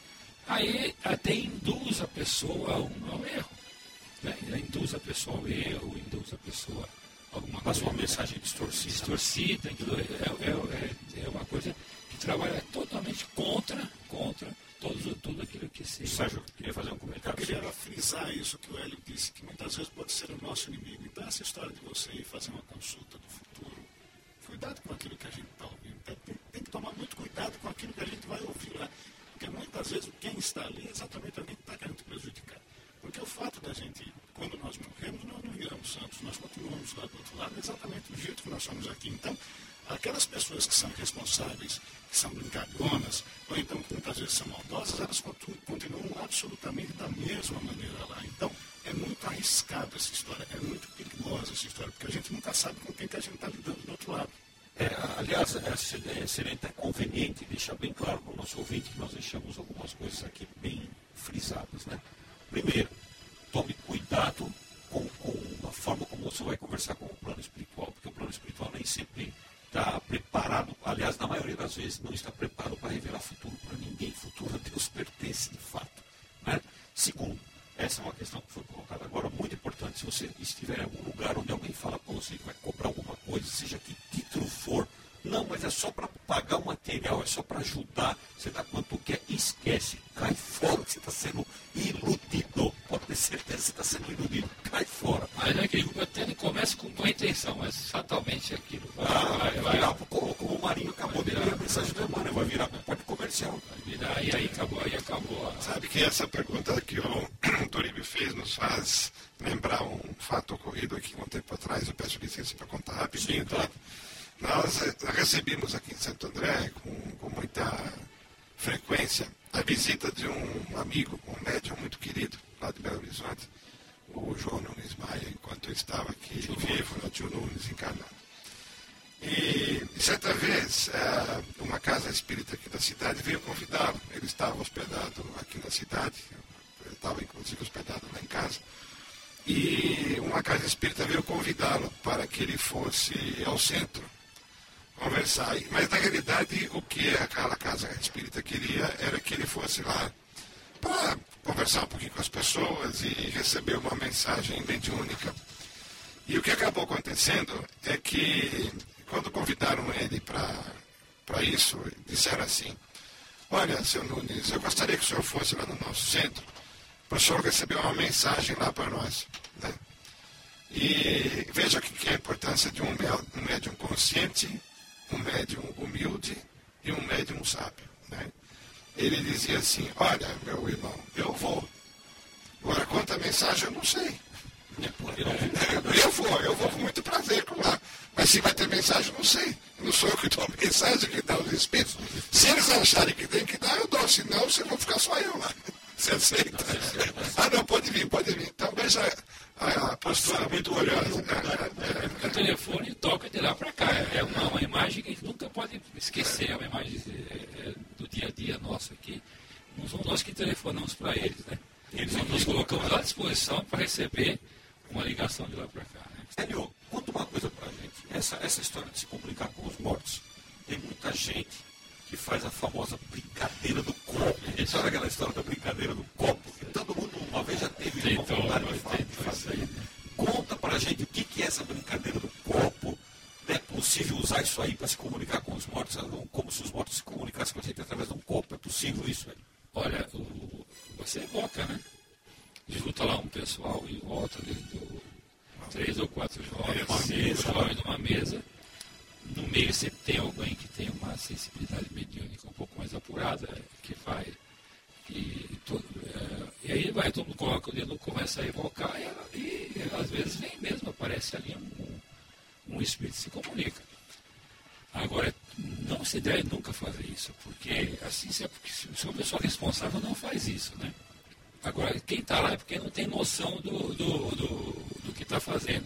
Speaker 4: Aí até induz a pessoa ao, ao erro. Né? Induz a pessoa ao erro, induz a pessoa a alguma coisa.
Speaker 2: Passa uma mensagem distorcida.
Speaker 4: Distorcida, é, é, é, é uma coisa que trabalha totalmente contra, contra todo, tudo aquilo que se...
Speaker 2: Sérgio, queria fazer um comentário.
Speaker 5: Eu queria frisar isso que o Hélio disse, que muitas vezes pode ser o nosso inimigo. Então essa história de você ir fazer uma consulta do futuro, cuidado com aquilo que a gente está ouvindo. Tem, tem, tem que tomar muito cuidado com aquilo que a gente vai ouvir lá. Porque muitas vezes quem está ali é exatamente alguém que está querendo te prejudicar. Porque o fato da gente, quando nós morremos, nós não viramos santos, nós continuamos lá do outro lado, exatamente do jeito que nós somos aqui. Então, aquelas pessoas que são responsáveis, que são brincalhonas, ou então que muitas vezes são maldosas, elas continuam absolutamente da mesma maneira lá. Então, é muito arriscado essa história, é muito perigosa essa história, porque a gente nunca sabe com quem que a gente está lidando do outro lado.
Speaker 2: É, aliás, é, seria até conveniente deixar bem claro para o nosso ouvinte que nós deixamos algumas coisas aqui bem frisadas, né? Primeiro, tome cuidado com, com a forma como você vai conversar com o plano espiritual, porque o plano espiritual nem sempre está preparado, aliás, na maioria das vezes, não está preparado para revelar futuro para ninguém. Futuro a Deus pertence de fato. Né? Segundo, essa é uma questão que foi colocada agora, muito importante. Se você estiver em algum lugar onde alguém fala para você que vai cobrar alguma coisa, seja que título for, não, mas é só para pagar o material, é só para ajudar, você dá quanto quer, esquece, cai fora, você está sendo iludido, pode ter certeza que você está sendo iludido, cai fora.
Speaker 4: Mas é aquilo, até ele começa com boa intenção, mas fatalmente aquilo vai,
Speaker 2: ah,
Speaker 4: vai,
Speaker 2: vai,
Speaker 4: vai
Speaker 2: virar, como, como o Marinho acabou de ler a mensagem do Emmanuel, vai virar parte comercial.
Speaker 4: Vai virar, e aí acabou, aí acabou.
Speaker 3: Sabe que essa pergunta que o Toribio fez nos faz lembrar um fato ocorrido aqui um tempo atrás, eu peço licença para contar rapidinho, tá? Nós recebemos aqui em Santo André, com, com muita frequência, a visita de um amigo, um médium muito querido, lá de Belo Horizonte, o João Nunes Maia, enquanto eu estava aqui vivo, no Tio Nunes encarnado. E certa vez, uma casa espírita aqui da cidade veio convidá-lo. Ele estava hospedado aqui na cidade, ele estava inclusive hospedado lá em casa. E uma casa espírita veio convidá-lo para que ele fosse ao centro conversar. Mas, na realidade, o que aquela casa espírita queria era que ele fosse lá para conversar um pouquinho com as pessoas e receber uma mensagem mediúnica. E o que acabou acontecendo é que, quando convidaram ele para isso, disseram assim: olha, seu Nunes, eu gostaria que o senhor fosse lá no nosso centro para o senhor receber uma mensagem lá para nós. Né? E veja que é a importância de um médium consciente, um médium humilde e um médium sábio. Né? Ele dizia assim: olha, meu irmão, eu vou. Agora, quanto a mensagem, eu não sei. Eu vou, eu vou com muito prazer lá. Mas se vai ter mensagem, eu não sei. Não sou eu que dou a mensagem, que dá os espíritos. Se eles acharem que tem que dar, eu dou. Se não, vocês vão ficar só eu lá. Você aceita? Ah, não, pode vir, pode vir. Então, veja a postura muito orgulhosa.
Speaker 4: O telefone toca de lá para cá. É uma, uma imagem que a gente nunca pode esquecer. É uma imagem é, do dia a dia nosso aqui. Não somos nós que telefonamos para eles, né? Eles nos colocamos à disposição para receber uma ligação de lá para cá. Né?
Speaker 2: Hélio, conta uma coisa para a gente. Essa, essa história de se comunicar com os mortos, tem muita gente que faz a famosa brincadeira do copo. Sabe aquela história da brincadeira do copo? Que todo mundo uma vez já teve uma vontade de fazer. Né? Conta para a gente o que, que é essa brincadeira do copo. É possível usar isso aí para se comunicar com os mortos, como se os mortos se comunicassem com a gente através de um copo. É possível isso, velho?
Speaker 4: Olha, o, você evoca, né? Junta lá um pessoal e volta dentro três ou quatro jovens, uma mesa, jovens numa mesa. No meio sempre tem alguém que tem uma sensibilidade mediúnica um pouco mais apurada, que vai. E, todo, é, e aí vai, todo mundo coloca o dedo, começa a evocar, e, e às vezes vem mesmo, aparece ali um, um espírito que se comunica. Agora, não se deve nunca fazer isso, porque assim, se, se uma pessoa responsável não faz isso, né? Agora, quem está lá é porque não tem noção do, do, do, do que está fazendo.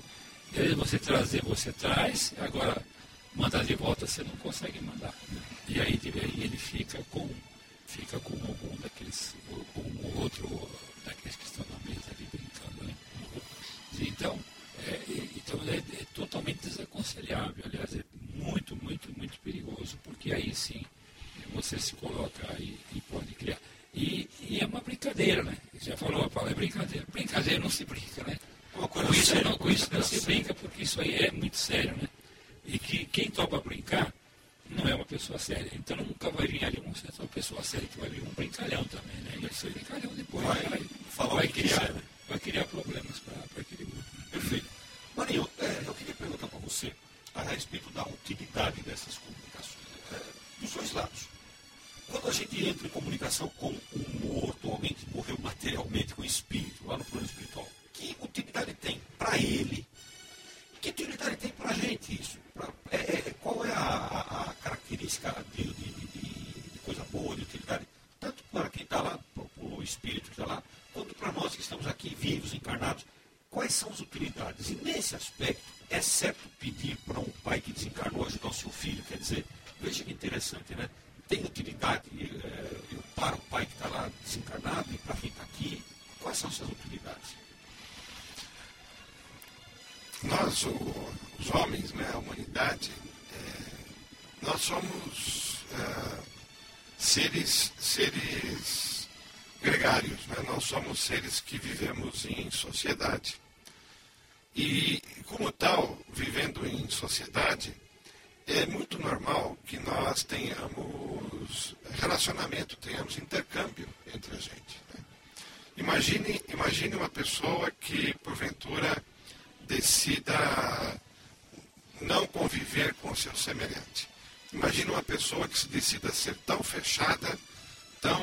Speaker 4: E aí você trazer, você traz, agora mandar de volta você não consegue mandar. Né? E aí ele fica com, fica com algum daqueles, com um outro daqueles que estão na mesa ali brincando. Né? Então, é, então é, é totalmente desaconselhável, aliás, é muito, muito, muito perigoso, porque aí sim você se coloca e, e pode criar. E, e é uma brincadeira, né? Você já falou a palavra brincadeira. Brincadeira não se brinca, né? Com isso, não, com isso não se brinca, porque isso aí é muito sério, né? E que quem topa brincar não é uma pessoa séria. Então nunca vai vir ali uma pessoa séria, que vai vir um brincalhão também, né? E esse brincalhão depois vai, vai, vai, vai, criar, vai criar problemas para aquele grupo. Né?
Speaker 2: Perfeito. Marinho, é, eu queria perguntar para você a respeito da utilidade dessas comunicações, é, dos dois lados. Quando a gente entra em comunicação com um morto, alguém que morreu materialmente, com o espírito, lá no plano espiritual, que utilidade tem para ele? Que utilidade tem para a gente isso? Pra, é, é, qual é a, a, a característica de, de, de, de coisa boa, de utilidade? Tanto para quem está lá, para o espírito que está lá, quanto para nós que estamos aqui vivos, encarnados. Quais são as utilidades? E nesse aspecto, é certo pedir para um pai que desencarnou ajudar o seu filho? Quer dizer, veja que interessante, né? Tem utilidade é, para o pai que está lá desencarnado e para quem está aqui? Quais são essas utilidades?
Speaker 3: Nós, o, os homens, né, a humanidade, é, nós somos é, seres, seres gregários, né? Nós somos seres que vivemos em sociedade. E, como tal, vivendo em sociedade, é muito normal que nós tenhamos relacionamento, tenhamos intercâmbio entre a gente. Né? Imagine, imagine uma pessoa que, porventura, decida não conviver com o seu semelhante. Imagine uma pessoa que se decida ser tão fechada, tão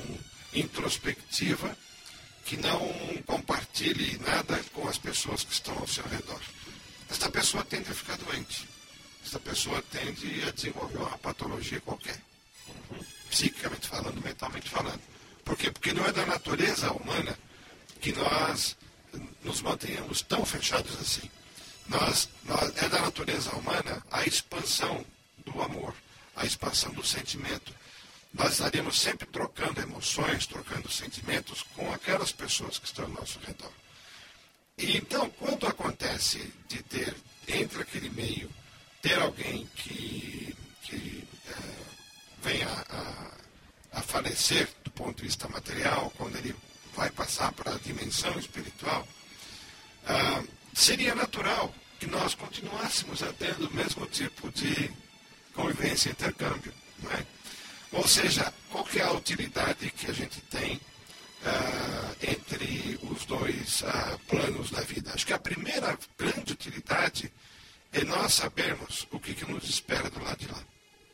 Speaker 3: introspectiva, que não compartilhe nada com as pessoas que estão ao seu redor. Esta pessoa tende a ficar doente. Essa pessoa tende a desenvolver uma patologia qualquer, psiquicamente falando, mentalmente falando. Por quê? Porque não é da natureza humana que nós nos mantenhamos tão fechados assim. Nós, nós, é da natureza humana a expansão do amor, a expansão do sentimento. Nós estaríamos sempre trocando emoções, trocando sentimentos com aquelas pessoas que estão ao nosso redor. E então, quando acontece de ter, entre aquele meio, ter alguém que, que é, venha a, a falecer do ponto de vista material, quando ele vai passar para a dimensão espiritual, ah, seria natural que nós continuássemos a ter o mesmo tipo de convivência e intercâmbio. Não é? Ou seja, qual que é a utilidade que a gente tem ah, entre os dois ah, planos da vida? Acho que a primeira grande utilidade é nós sabermos o que, que nos espera do lado de lá.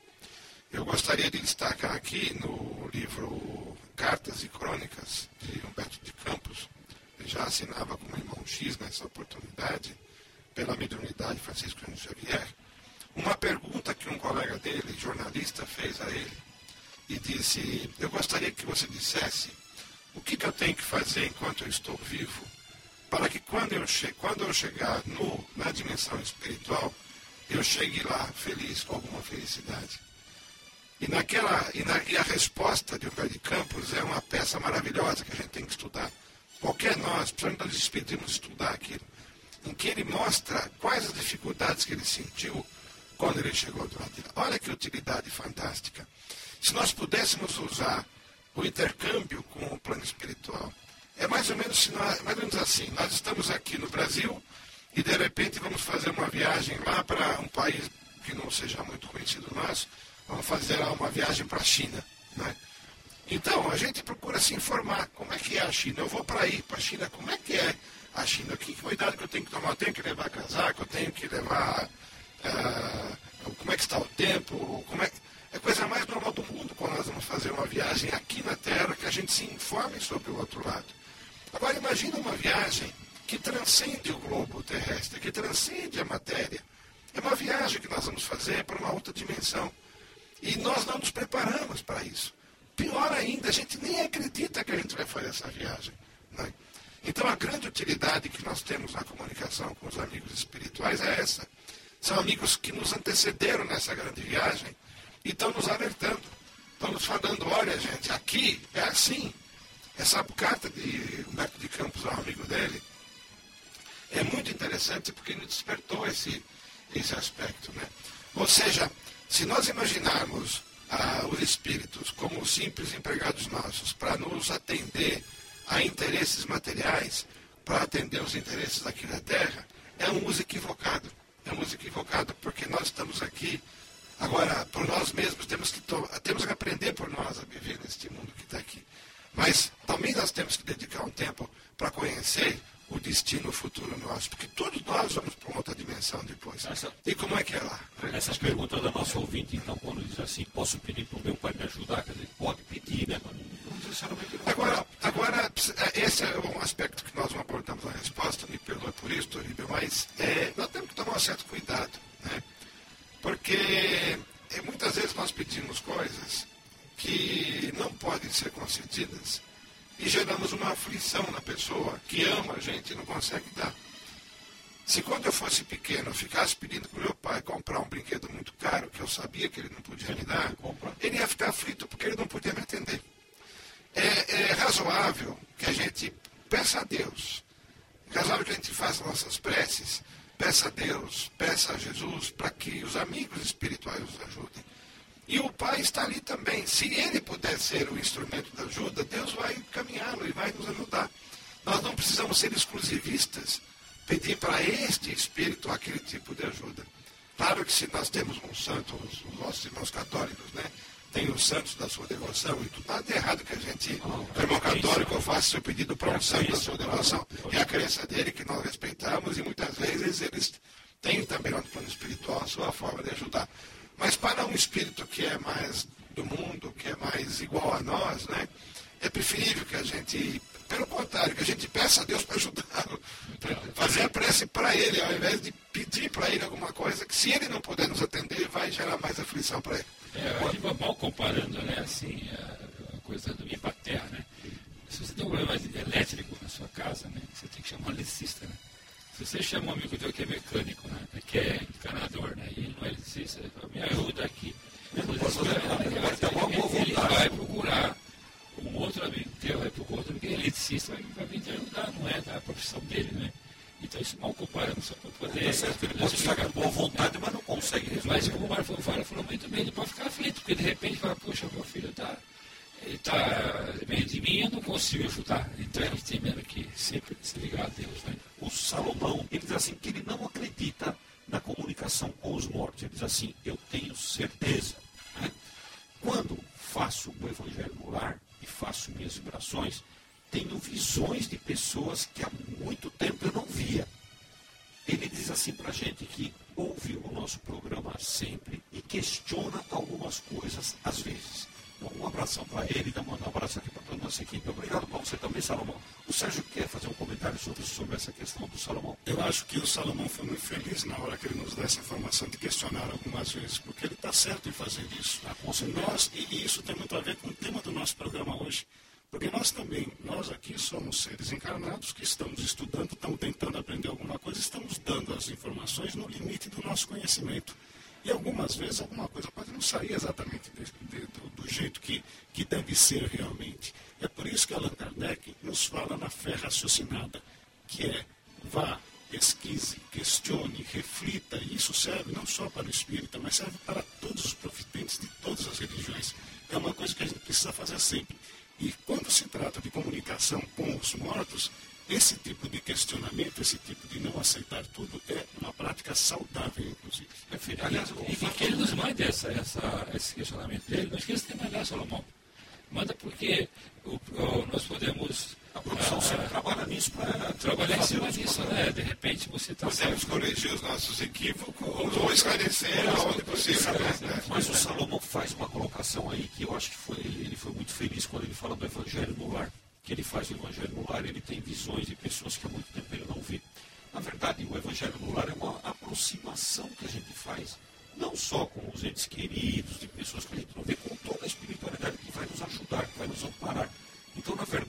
Speaker 3: Eu gostaria de destacar aqui no livro Cartas e Crônicas, de Humberto de Campos, ele já assinava como irmão X nessa oportunidade, pela mediunidade Francisco Xavier, uma pergunta que um colega dele, jornalista, fez a ele, e disse: eu gostaria que você dissesse o que, que eu tenho que fazer enquanto eu estou vivo, para que quando eu, che quando eu chegar no, na dimensão espiritual, eu chegue lá feliz, com alguma felicidade. E, naquela, e, na, e a resposta de Humberto de Campos é uma peça maravilhosa que a gente tem que estudar. Qualquer nós, principalmente nós espíritos, estudar aquilo, em que ele mostra quais as dificuldades que ele sentiu quando ele chegou do lado de lá. Olha que utilidade fantástica. Se nós pudéssemos usar o intercâmbio com o plano espiritual, é mais ou menos, nós, mais ou menos assim, nós estamos aqui no Brasil e de repente vamos fazer uma viagem lá para um país que não seja muito conhecido nosso, vamos fazer lá uma viagem para a China. Né? Então, a gente procura se informar, como é que é a China? Eu vou para aí, para a China, como é que é a China? Que cuidado que eu tenho que tomar? Eu tenho que levar casaco, eu tenho que levar... Uh, como é que está o tempo? Como é... é a coisa mais normal do mundo quando nós vamos fazer uma viagem aqui na Terra, que a gente se informe sobre o outro lado. Agora, imagina uma viagem que transcende o globo terrestre, que transcende a matéria. É uma viagem que nós vamos fazer para uma outra dimensão. E nós não nos preparamos para isso. Pior ainda, a gente nem acredita que a gente vai fazer essa viagem. Né? Então, a grande utilidade que nós temos na comunicação com os amigos espirituais é essa. São amigos que nos antecederam nessa grande viagem e estão nos alertando. Estão nos falando, olha, gente, aqui é assim. Essa carta de Humberto de Campos, um amigo dele, é muito interessante porque ele despertou esse, esse aspecto, né? Ou seja, se nós imaginarmos ah, os espíritos como simples empregados nossos para nos atender a interesses materiais, para atender os interesses aqui na Terra, é um uso equivocado. É um uso equivocado porque nós estamos aqui, agora, por nós mesmos, temos que, temos que aprender por nós a viver neste mundo que está aqui. Mas também nós temos que dedicar um tempo para conhecer o destino futuro nosso, porque todos nós vamos para uma outra dimensão depois.
Speaker 2: Essa,
Speaker 3: e como é que é lá?
Speaker 2: Essas perguntas da nossa ouvinte, então, quando diz assim, posso pedir para o meu pai me ajudar? Quer dizer, pode pedir, né? Não necessariamente não.
Speaker 3: Agora, agora, esse é um aspecto que nós não abordamos na resposta, me perdoe por isso, Toribio, mas é, nós temos que tomar um certo cuidado, né? Porque é, muitas vezes nós pedimos coisas que não podem ser concedidas e geramos uma aflição na pessoa que ama a gente e não consegue dar. Se quando eu fosse pequeno eu ficasse pedindo para o meu pai comprar um brinquedo muito caro, que eu sabia que ele não podia me dar, ele ia ficar aflito porque ele não podia me atender. É, é razoável que a gente peça a Deus, é razoável que a gente faça nossas preces, peça a Deus, peça a Jesus para que os amigos espirituais nos ajudem. E o Pai está ali também. Se ele puder ser o instrumento da ajuda, Deus vai caminhá-lo e vai nos ajudar. Nós não precisamos ser exclusivistas, pedir para este Espírito aquele tipo de ajuda. Claro que se nós temos um santo, os, os nossos irmãos católicos, né, tem os santos da sua devoção, e tudo nada de errado que a gente, o irmão católico, faça seu pedido para um santo da sua devoção. É a crença dele que nós respeitamos e muitas vezes eles têm também no plano espiritual a sua forma de ajudar. Mas para um espírito que é mais do mundo, que é mais igual a nós, né, é preferível que a gente, pelo contrário, que a gente peça a Deus para ajudá-lo. Fazer a prece para ele, ao invés de pedir para ele alguma coisa, que se ele não puder nos atender, vai gerar mais aflição para ele.
Speaker 4: É, a gente vai mal comparando, né, assim, a coisa do ir para a terra, né. Se você tem um problema elétrico na sua casa, né, você tem que chamar um eletricista, né. Se você chama um amigo teu que é mecânico, né, que é encanador, né, e ele não é eletricista, ele fala, me ajuda aqui. Ele vai procurar um outro amigo teu, vai procurar outro amigo que é eletricista, vai, vai vir te ajudar, não é da profissão dele, né. Então isso mal comparando, só para poder...
Speaker 2: Tá certo, ele pode estar com boa vontade, mas não consegue resolver.
Speaker 4: Mas como o Mário falou, falou muito bem, ele pode ficar aflito, porque de repente fala, poxa, meu filho está... Ele está meio de mim, eu não consigo ajudar. Então a gente tem mesmo que sempre se ligar a Deus, né?
Speaker 2: O Salomão, ele diz assim, que ele não acredita na comunicação com os mortos. Ele diz assim, eu tenho certeza, né? Quando faço o Evangelho no lar e faço minhas vibrações, tenho visões de pessoas que há muito tempo eu não via. Ele diz assim para a gente que ouve o nosso programa sempre e questiona algumas coisas às vezes. Então, um abração para ele, dá um abraço aqui para toda a nossa equipe. Obrigado para você também, Salomão. O Sérgio quer fazer um comentário sobre, sobre essa questão do Salomão.
Speaker 5: Eu acho que o Salomão foi muito feliz na hora que ele nos dá essa informação de questionar algumas vezes, porque ele está certo em fazer isso.
Speaker 2: Ah, com certeza.
Speaker 5: Nós, e isso tem muito a ver com o tema do nosso programa hoje. Porque nós também, nós aqui somos seres encarnados que estamos estudando, estamos tentando aprender alguma coisa, estamos dando as informações no limite do nosso conhecimento. E algumas vezes alguma coisa pode não sair exatamente de, de, do, do jeito que, que deve ser realmente. É por isso que Allan Kardec nos fala na fé raciocinada, que é vá, pesquise, questione, reflita, e isso serve não só para o espírita, mas serve para todos os profitentes de todas as religiões. É uma coisa que a gente precisa fazer sempre. E quando se trata de comunicação com os mortos, esse tipo de questionamento, esse tipo de não aceitar tudo é uma prática saudável, inclusive.
Speaker 4: É, aliás, e que ele nos mande essa, essa, esse questionamento dele, não esqueça de mandar, Salomão. Manda porque o, o, nós podemos...
Speaker 2: A produção ah, sempre trabalha nisso para
Speaker 4: trabalhar em cima disso, né? De repente você está...
Speaker 3: Podemos corrigir os nossos equívocos ou esclarecer aonde possível. Né?
Speaker 2: Mas o Salomão faz uma colocação aí que eu acho que foi, ele foi muito feliz quando ele fala do Evangelho no lar. Que ele faz o Evangelho no lar, ele tem visões de pessoas que há muito tempo ele não vê. Na verdade, o Evangelho no lar é uma aproximação que a gente faz, não só com os entes queridos, de pessoas que a gente não vê, com toda a espiritualidade que vai nos ajudar, que vai nos amparar. Então, na verdade,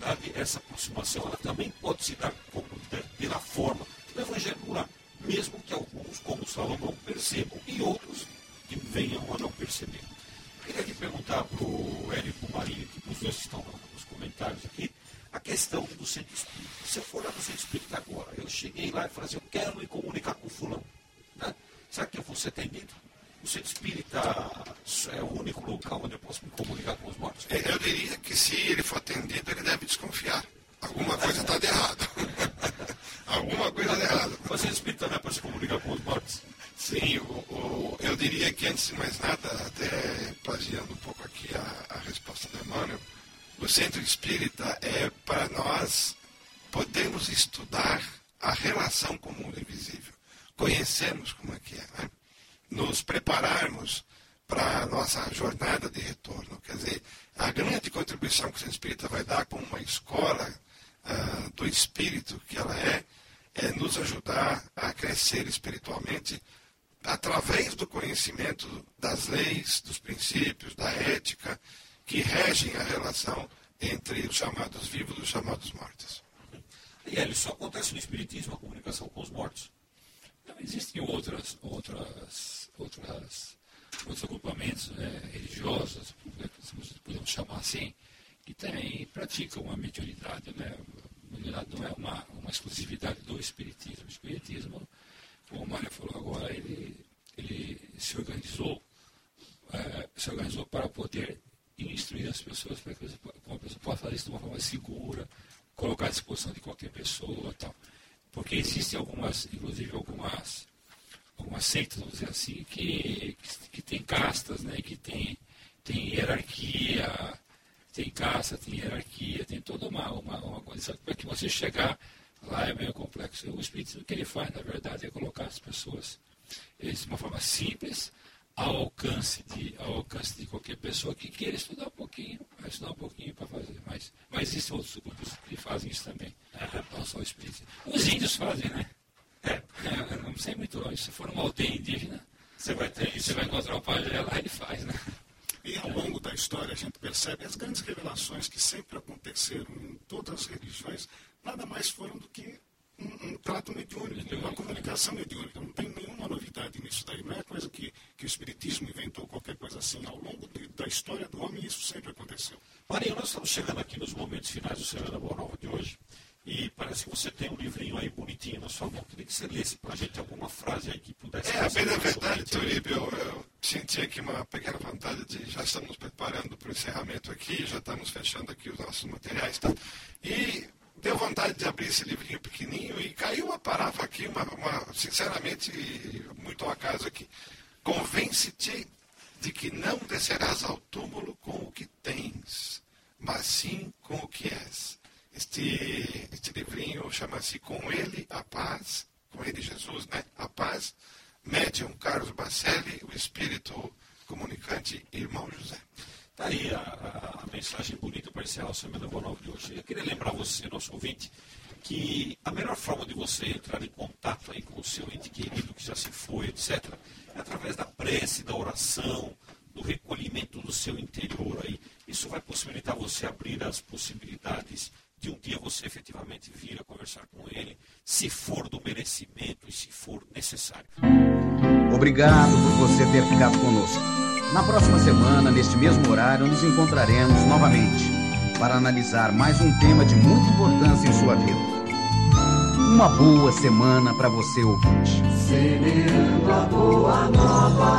Speaker 2: verdade, essa aproximação ela também pode se dar como, pela forma do Evangelho rural, mesmo que alguns, como Salomão, percebam e outros que venham a não perceber. Eu queria aqui perguntar para o Érico Marinho, que os dois estão nos comentários aqui, a questão do centro espírita. Se eu for lá no centro espírita agora, eu cheguei lá e falei assim, eu quero me comunicar com o fulano, né? Será que eu vou ser atendido? O centro espírita é o único local onde eu posso me comunicar com os mortos?
Speaker 3: Eu diria que se ele for atendido, ele deve desconfiar. Alguma coisa está de errado. Alguma coisa de errado.
Speaker 2: O centro espírita não é para se comunicar com os mortos?
Speaker 3: Sim, o, o, eu diria que antes de mais nada, até plagiando um pouco aqui a, a resposta do Emmanuel, o centro espírita é para nós podermos estudar a relação com o mundo invisível, conhecermos como é que é, né? Nos prepararmos para a nossa jornada de retorno. Quer dizer, a grande contribuição que o centro espírita vai dar como uma escola uh, do espírito que ela é, é nos ajudar a crescer espiritualmente através do conhecimento das leis, dos princípios, da ética, que regem a relação entre os chamados vivos e os chamados mortos.
Speaker 2: E ele só acontece no espiritismo, a comunicação com os mortos?
Speaker 4: Não, existem outras, outras, outras, outros agrupamentos, né, religiosos, podemos chamar assim, que também praticam a mediunidade, né? A mediunidade não é uma, uma exclusividade do espiritismo. O espiritismo, como o Mário falou agora, ele, ele se organizou, é, se organizou para poder instruir as pessoas, para que uma pessoa possa fazer isso de uma forma segura, colocar à disposição de qualquer pessoa, tal. Porque existem algumas, inclusive algumas, algumas seitas, vamos dizer assim, que, que, que tem castas, né, que tem, tem hierarquia, tem casta, tem hierarquia, tem toda uma, uma, uma condição. Para que você chegar lá é meio complexo. O espiritismo que ele faz, na verdade, é colocar as pessoas de uma forma simples, ao alcance de, ao alcance de qualquer pessoa que queira estudar um pouquinho, vai estudar um pouquinho para fazer. Mas, mas existem outros grupos que fazem isso também. Não só o espiritismo. Os índios fazem, né? É. Eu não sei muito longe. Se for uma aldeia indígena, você vai ter isso. Você vai encontrar o pajé lá, ele faz, né?
Speaker 5: E ao longo da história a gente percebe as grandes revelações que sempre aconteceram em todas as religiões, nada mais foram do que um, um trato mediúnico, uma comunicação mediúnica. Não tem nenhuma novidade nisso daí. Não é coisa que, que o espiritismo inventou, qualquer coisa assim. Ao longo de, da história do homem, isso sempre aconteceu.
Speaker 2: Marinho, nós estamos chegando aqui nos momentos finais do Semana Boa Nova de hoje. E parece que você tem um livrinho aí bonitinho na sua mão. Queria que você lesse para a gente alguma frase aí que pudesse...
Speaker 3: É, bem na verdade, Turíbio, eu, eu senti aqui uma pequena vontade de... Já estamos nos preparando para o encerramento aqui, já estamos fechando aqui os nossos materiais, tá? E deu vontade de abrir esse livrinho pequenininho e caiu uma parábola aqui, uma, uma, sinceramente, muito ao acaso aqui. Convence-te de que não descerás ao túmulo com o que tens, mas sim com o que és. Este, este livrinho chama-se Com Ele a Paz, com Ele Jesus, né? A Paz, médium Carlos Bacelli, o espírito comunicante Irmão José.
Speaker 2: Está aí a, a, a mensagem bonita para encerrar a Semana Boa Nova de hoje. Eu queria lembrar você, nosso ouvinte, que a melhor forma de você entrar em contato aí com o seu ente querido que já se foi, etcétera, é através da prece, da oração, do recolhimento do seu interior aí. Isso vai possibilitar você abrir as possibilidades de um dia você efetivamente vir a conversar com ele, se for do merecimento e se for necessário.
Speaker 6: Obrigado por você ter ficado conosco. Na próxima semana, neste mesmo horário, nos encontraremos novamente para analisar mais um tema de muita importância em sua vida. Uma boa semana para você, ouvinte.
Speaker 7: Semeando a boa nova.